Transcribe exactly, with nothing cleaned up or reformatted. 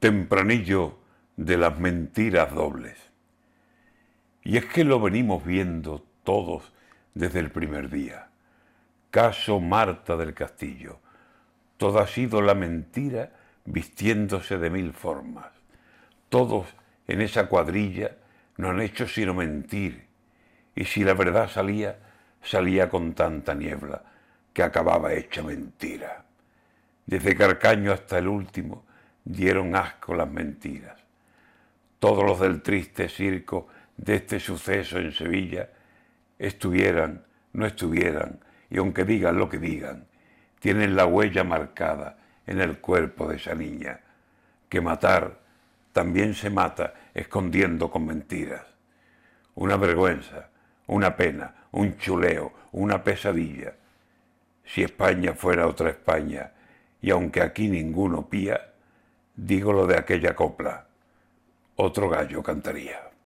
tempranillo de las mentiras dobles. Y es que lo venimos viendo todos desde el primer día. Caso Marta del Castillo. Toda ha sido la mentira vistiéndose de mil formas. Todos en esa cuadrilla no han hecho sino mentir. Y si la verdad salía, salía con tanta niebla que acababa hecha mentira. Desde Carcaño hasta el último dieron asco las mentiras. Todos los del triste circo de este suceso en Sevilla estuvieran, no estuvieran, y aunque digan lo que digan, tienen la huella marcada en el cuerpo de esa niña, que matar también se mata escondiendo con mentiras. Una vergüenza, una pena, un chuleo, una pesadilla. Si España fuera otra España, y aunque aquí ninguno pía, digo lo de aquella copla, otro gallo cantaría.